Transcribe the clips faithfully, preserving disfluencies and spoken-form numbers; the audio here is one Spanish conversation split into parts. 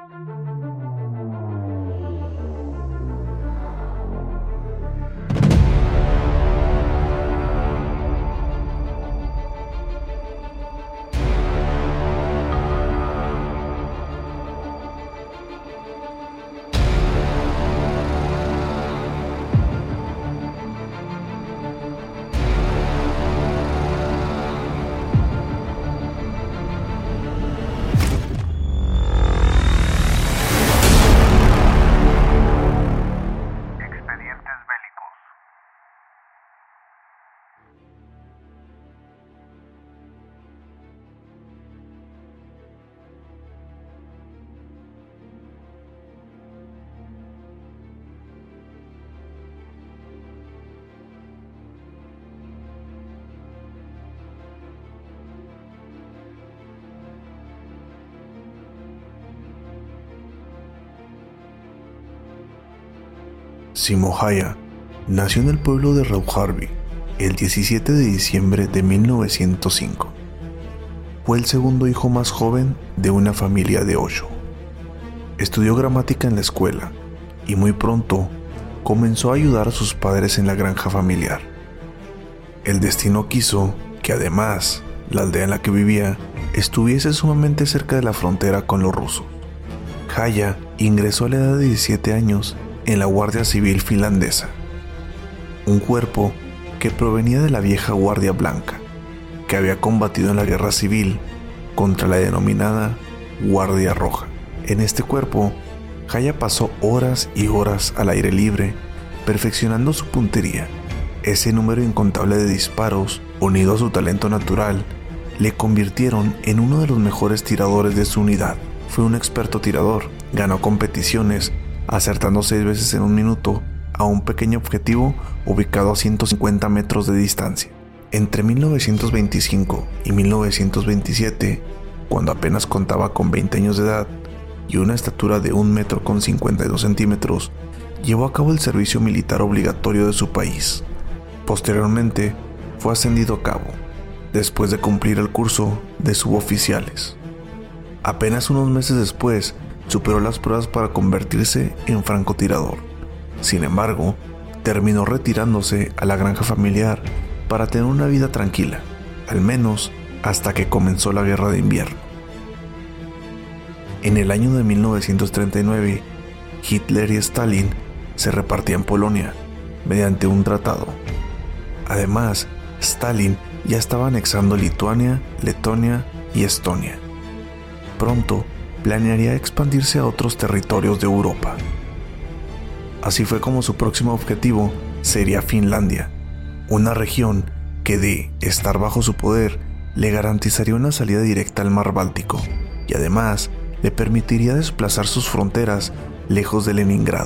Simo Häyhä nació en el pueblo de Raujarvi el diecisiete de diciembre de mil novecientos cinco. Fue el segundo hijo más joven de una familia de ocho. Estudió gramática en la escuela y muy pronto comenzó a ayudar a sus padres en la granja familiar. El destino quiso que además la aldea en la que vivía estuviese sumamente cerca de la frontera con los rusos. Häyhä ingresó a la edad de diecisiete años en la Guardia Civil finlandesa, un cuerpo que provenía de la vieja Guardia Blanca, que había combatido en la guerra civil contra la denominada Guardia Roja. En este cuerpo, Häyhä pasó horas y horas al aire libre, perfeccionando su puntería. Ese número incontable de disparos, unido a su talento natural, le convirtieron en uno de los mejores tiradores de su unidad. Fue un experto tirador, ganó competiciones, acertando seis veces en un minuto a un pequeño objetivo ubicado a ciento cincuenta metros de distancia. Entre mil novecientos veinticinco y mil novecientos veintisiete, cuando apenas contaba con veinte años de edad y una estatura de un metro con cincuenta y dos centímetros, llevó a cabo el servicio militar obligatorio de su país. Posteriormente, fue ascendido a cabo, después de cumplir el curso de suboficiales. Apenas unos meses después, superó las pruebas para convertirse en francotirador. Sin embargo, terminó retirándose a la granja familiar para tener una vida tranquila, al menos hasta que comenzó la guerra de invierno. En el año de mil novecientos treinta y nueve, Hitler y Stalin se repartían Polonia mediante un tratado. Además, Stalin ya estaba anexando Lituania, Letonia y Estonia. Pronto, planearía expandirse a otros territorios de Europa. Así fue como su próximo objetivo sería Finlandia, una región que de estar bajo su poder le garantizaría una salida directa al mar Báltico y además le permitiría desplazar sus fronteras lejos de Leningrado.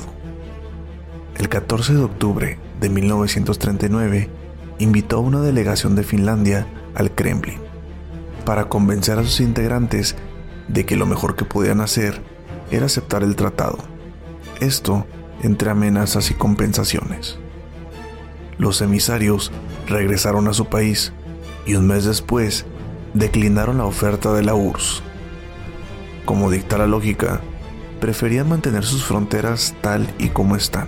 El catorce de octubre de mil novecientos treinta y nueve invitó a una delegación de Finlandia al Kremlin para convencer a sus integrantes de que lo mejor que podían hacer era aceptar el tratado, esto entre amenazas y compensaciones. Los emisarios regresaron a su país y un mes después declinaron la oferta de la U R S S. Como dicta la lógica, preferían mantener sus fronteras tal y como están.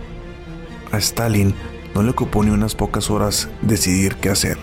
A Stalin no le ocupó ni unas pocas horas decidir qué hacer.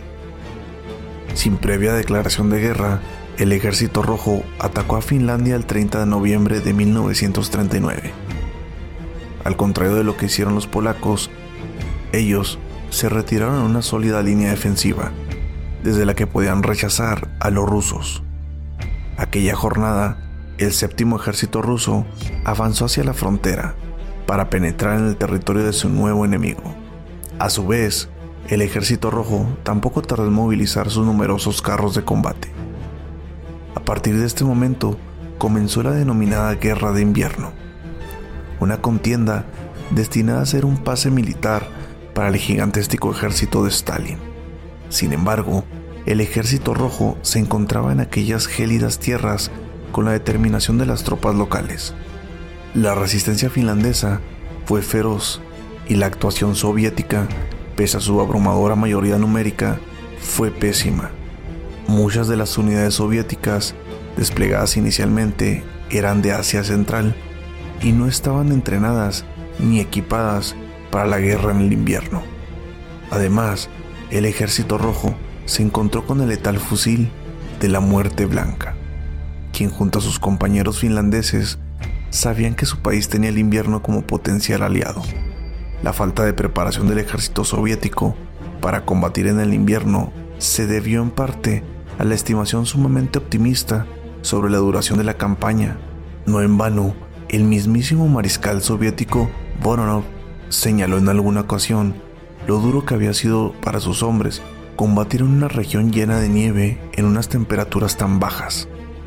Sin previa declaración de guerra, el Ejército Rojo atacó a Finlandia el treinta de noviembre de mil novecientos treinta y nueve. Al contrario de lo que hicieron los polacos, ellos se retiraron en una sólida línea defensiva, desde la que podían rechazar a los rusos. Aquella jornada, el séptimo ejército ruso avanzó hacia la frontera para penetrar en el territorio de su nuevo enemigo. A su vez, el Ejército Rojo tampoco tardó en movilizar sus numerosos carros de combate. A partir de este momento, comenzó la denominada Guerra de Invierno, una contienda destinada a ser un pase militar para el gigantesco ejército de Stalin. Sin embargo, el Ejército Rojo se encontraba en aquellas gélidas tierras con la determinación de las tropas locales. La resistencia finlandesa fue feroz y la actuación soviética, pese a su abrumadora mayoría numérica, fue pésima. Muchas de las unidades soviéticas, desplegadas inicialmente eran de Asia Central y no estaban entrenadas ni equipadas para la guerra en el invierno. Además, el Ejército Rojo se encontró con el letal fusil de la Muerte Blanca, quien junto a sus compañeros finlandeses sabían que su país tenía el invierno como potencial aliado. La falta de preparación del ejército soviético para combatir en el invierno se debió en parte a la estimación sumamente optimista sobre la duración de la campaña. No en vano, el mismísimo mariscal soviético Voronov señaló en alguna ocasión lo duro que había sido para sus hombres combatir en una región llena de nieve en unas temperaturas tan bajas.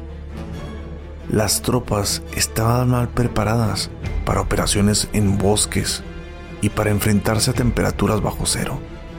Las tropas estaban mal preparadas para operaciones en bosques y para enfrentarse a temperaturas bajo cero.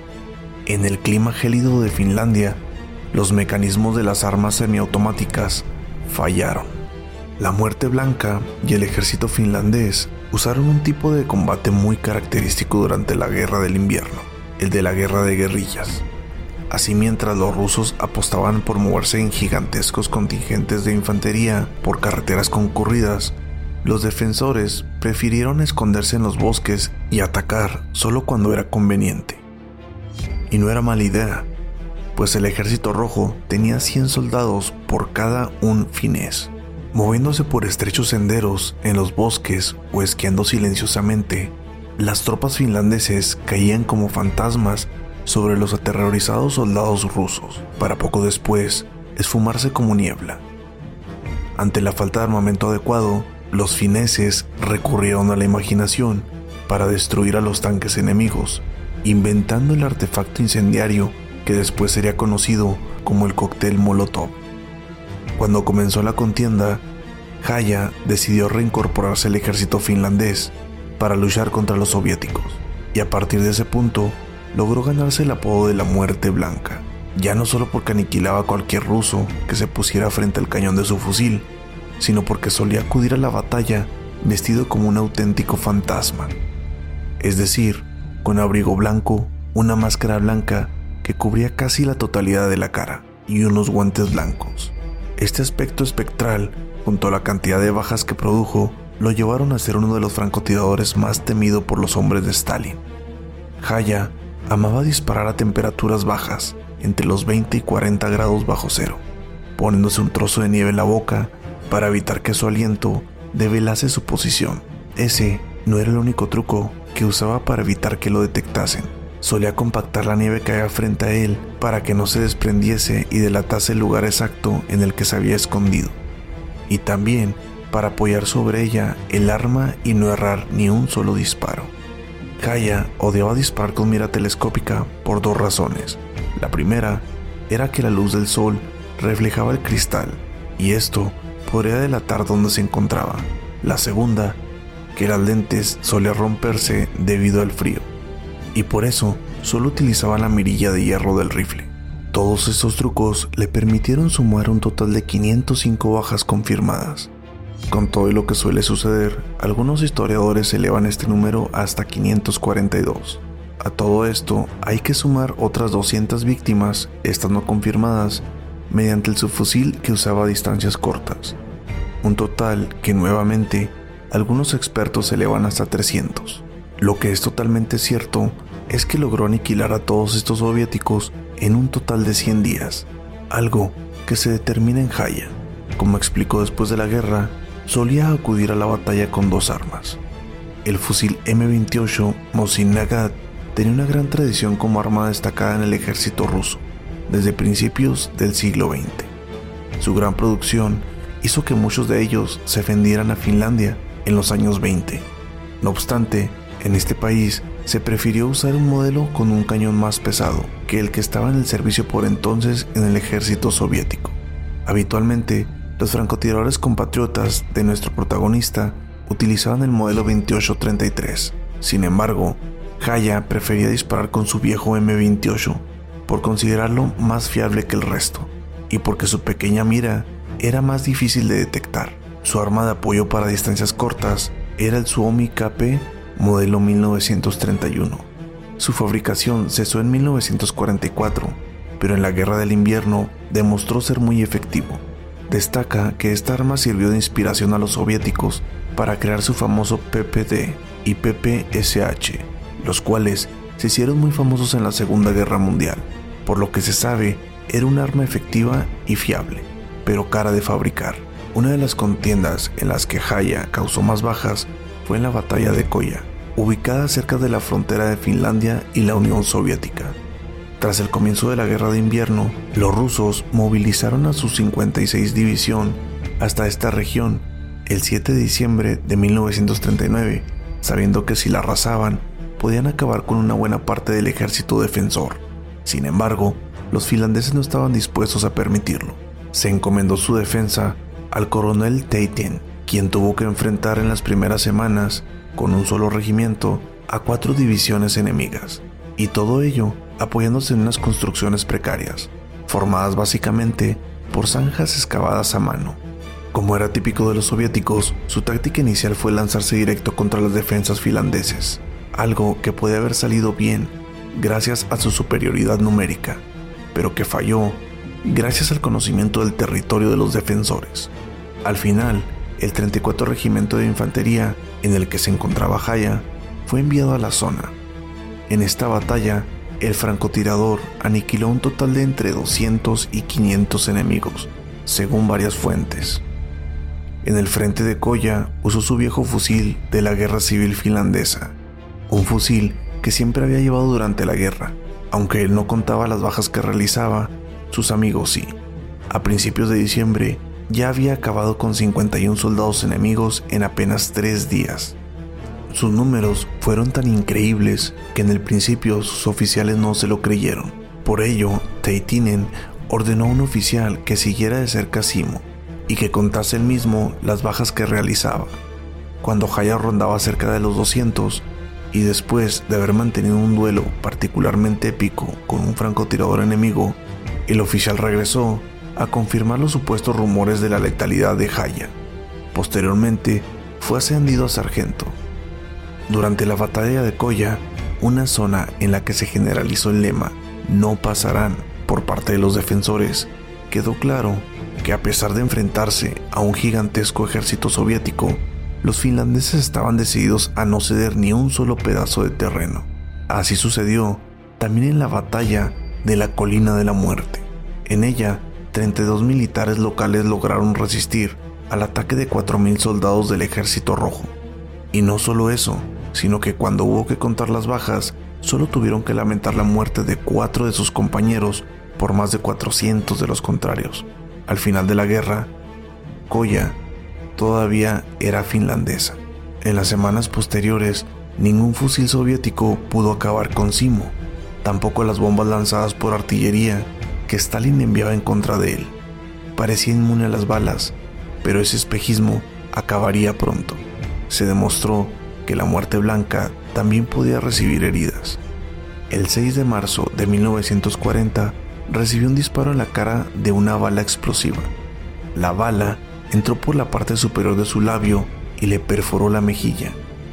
En el clima gélido de Finlandia, los mecanismos de las armas semiautomáticas fallaron. La Muerte Blanca y el ejército finlandés usaron un tipo de combate muy característico durante la Guerra del Invierno, el de la guerra de guerrillas. Así, mientras los rusos apostaban por moverse en gigantescos contingentes de infantería por carreteras concurridas, los defensores prefirieron esconderse en los bosques y atacar solo cuando era conveniente. Y no era mala idea, pues el Ejército Rojo tenía cien soldados por cada un finés, moviéndose por estrechos senderos en los bosques o esquiando silenciosamente. Las tropas finlandeses caían como fantasmas sobre los aterrorizados soldados rusos, para poco después esfumarse como niebla. Ante la falta de armamento adecuado, los fineses recurrieron a la imaginación para destruir a los tanques enemigos, inventando el artefacto incendiario que después sería conocido como el cóctel Molotov. Cuando comenzó la contienda, Haya decidió reincorporarse al ejército finlandés para luchar contra los soviéticos, y a partir de ese punto logró ganarse el apodo de la Muerte Blanca, ya no solo porque aniquilaba a cualquier ruso que se pusiera frente al cañón de su fusil, sino porque solía acudir a la batalla vestido como un auténtico fantasma, es decir, con abrigo blanco, una máscara blanca que cubría casi la totalidad de la cara y unos guantes blancos. Este aspecto espectral, junto a la cantidad de bajas que produjo, lo llevaron a ser uno de los francotiradores más temido por los hombres de Stalin. Haya amaba disparar a temperaturas bajas, entre los veinte y cuarenta grados bajo cero, poniéndose un trozo de nieve en la boca para evitar que su aliento develase su posición. Ese no era el único truco que usaba para evitar que lo detectasen. Solía compactar la nieve que había frente a él para que no se desprendiese y delatase el lugar exacto en el que se había escondido, y también para apoyar sobre ella el arma y no errar ni un solo disparo. Haya odiaba disparar con mira telescópica por dos razones. La primera era que la luz del sol reflejaba el cristal y esto podría delatar dónde se encontraba. La segunda, que las lentes solían romperse debido al frío, y por eso solo utilizaba la mirilla de hierro del rifle. Todos estos trucos le permitieron sumar un total de quinientas cinco bajas confirmadas. Con todo lo que suele suceder, algunos historiadores elevan este número hasta quinientas cuarenta y dos. A todo esto hay que sumar otras doscientas víctimas, estas no confirmadas, mediante el subfusil que usaba a distancias cortas. Un total que nuevamente algunos expertos elevan hasta trescientos. Lo que es totalmente cierto es que logró aniquilar a todos estos soviéticos en un total de cien días, algo que se determina en Haya. Como explicó después de la guerra, solía acudir a la batalla con dos armas. El fusil eme veintiocho Mosin Nagant tenía una gran tradición como arma destacada en el ejército ruso desde principios del siglo veinte. Su gran producción hizo que muchos de ellos se vendieran a Finlandia en los años veinte. No obstante, en este país se prefirió usar un modelo con un cañón más pesado que el que estaba en el servicio por entonces en el ejército soviético. Habitualmente, los francotiradores compatriotas de nuestro protagonista utilizaban el modelo veintiocho treinta y tres. Sin embargo, Haya prefería disparar con su viejo eme veintiocho por considerarlo más fiable que el resto y porque su pequeña mira era más difícil de detectar. Su arma de apoyo para distancias cortas era el Suomi K P modelo mil novecientos treinta y uno. Su fabricación cesó en mil novecientos cuarenta y cuatro, pero en la Guerra del Invierno demostró ser muy efectivo. Destaca que esta arma sirvió de inspiración a los soviéticos para crear su famoso P P D y P P S H, los cuales se hicieron muy famosos en la Segunda Guerra Mundial. Por lo que se sabe, era un arma efectiva y fiable, pero cara de fabricar. Una de las contiendas en las que Haya causó más bajas fue en la batalla de Koya, ubicada cerca de la frontera de Finlandia y la Unión Soviética. Tras el comienzo de la Guerra de Invierno, los rusos movilizaron a su cincuenta y seis División hasta esta región el siete de diciembre de mil novecientos treinta y nueve, sabiendo que si la arrasaban, podían acabar con una buena parte del ejército defensor. Sin embargo, los finlandeses no estaban dispuestos a permitirlo. Se encomendó su defensa al coronel Teitin, quien tuvo que enfrentar en las primeras semanas, con un solo regimiento, a cuatro divisiones enemigas, y todo ello apoyándose en unas construcciones precarias, formadas básicamente por zanjas excavadas a mano. Como era típico de los soviéticos, su táctica inicial fue lanzarse directo contra las defensas finlandeses, algo que puede haber salido bien gracias a su superioridad numérica, pero que falló gracias al conocimiento del territorio de los defensores. Al final, el treinta y cuatro Regimiento de Infantería, en el que se encontraba Haya, fue enviado a la zona. En esta batalla, el francotirador aniquiló un total de entre doscientos y quinientos enemigos, según varias fuentes. En el frente de Koya usó su viejo fusil de la Guerra Civil Finlandesa, un fusil que siempre había llevado durante la guerra. Aunque él no contaba las bajas que realizaba, sus amigos sí. A principios de diciembre ya había acabado con cincuenta y uno soldados enemigos en apenas tres días. Sus números fueron tan increíbles que en el principio sus oficiales no se lo creyeron. Por ello, Teitinen ordenó a un oficial que siguiera de cerca a Simo y que contase él mismo las bajas que realizaba. Cuando Haya rondaba cerca de los doscientos, y después de haber mantenido un duelo particularmente épico con un francotirador enemigo, el oficial regresó a confirmar los supuestos rumores de la letalidad de Haya. Posteriormente, fue ascendido a sargento. Durante la batalla de Koya, una zona en la que se generalizó el lema "no pasarán" por parte de los defensores, quedó claro que a pesar de enfrentarse a un gigantesco ejército soviético, los finlandeses estaban decididos a no ceder ni un solo pedazo de terreno. Así sucedió también en la batalla de la Colina de la Muerte. En ella, treinta y dos militares locales lograron resistir al ataque de cuatro mil soldados del Ejército Rojo. Y no solo eso, sino que cuando hubo que contar las bajas, solo tuvieron que lamentar la muerte de cuatro de sus compañeros por más de cuatrocientos de los contrarios. Al final de la guerra, Koya todavía era finlandesa. En las semanas posteriores, ningún fusil soviético pudo acabar con Simo, tampoco las bombas lanzadas por artillería que Stalin enviaba en contra de él. Parecía inmune a las balas, pero ese espejismo acabaría pronto. Se demostró que la muerte blanca también podía recibir heridas. El seis de marzo de mil novecientos cuarenta recibió un disparo en la cara de una bala explosiva. La bala entró por la parte superior de su labio y le perforó la mejilla.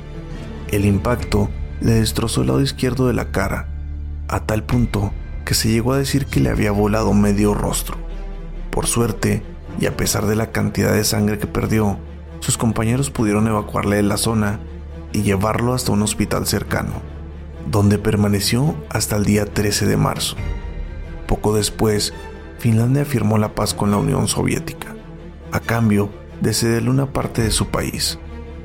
El impacto le destrozó el lado izquierdo de la cara, a tal punto que se llegó a decir que le había volado medio rostro. Por suerte, y a pesar de la cantidad de sangre que perdió, sus compañeros pudieron evacuarle de la zona y llevarlo hasta un hospital cercano, donde permaneció hasta el día trece de marzo. Poco después, Finlandia firmó la paz con la Unión Soviética, a cambio de cederle una parte de su país.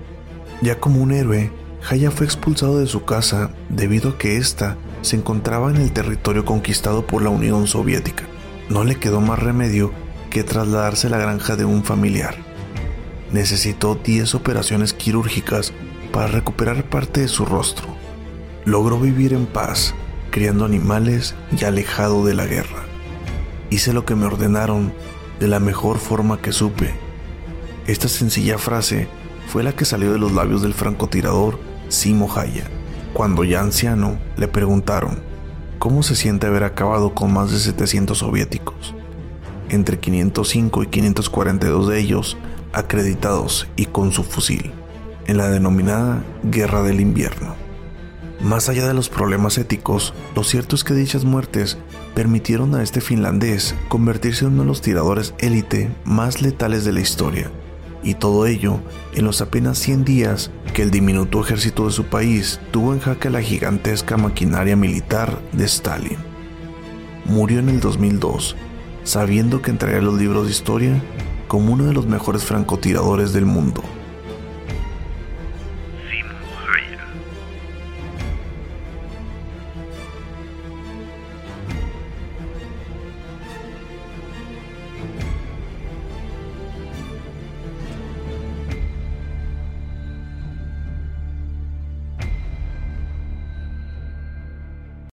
Ya como un héroe, Haya fue expulsado de su casa debido a que ésta se encontraba en el territorio conquistado por la Unión Soviética. No le quedó más remedio que trasladarse a la granja de un familiar. Necesitó diez operaciones quirúrgicas para recuperar parte de su rostro. Logró vivir en paz, criando animales y alejado de la guerra. Hice lo que me ordenaron de la mejor forma que supe. Esta sencilla frase fue la que salió de los labios del francotirador Simo Haya. Cuando ya anciano, le preguntaron cómo se siente haber acabado con más de setecientos soviéticos, entre quinientos cinco y quinientos cuarenta y dos de ellos acreditados y con su fusil, en la denominada Guerra del Invierno. Más allá de los problemas éticos, lo cierto es que dichas muertes permitieron a este finlandés convertirse en uno de los tiradores élite más letales de la historia, y todo ello en los apenas cien días que el diminuto ejército de su país tuvo en jaque a la gigantesca maquinaria militar de Stalin. Murió en el dos mil dos, sabiendo que entraría a los libros de historia como uno de los mejores francotiradores del mundo.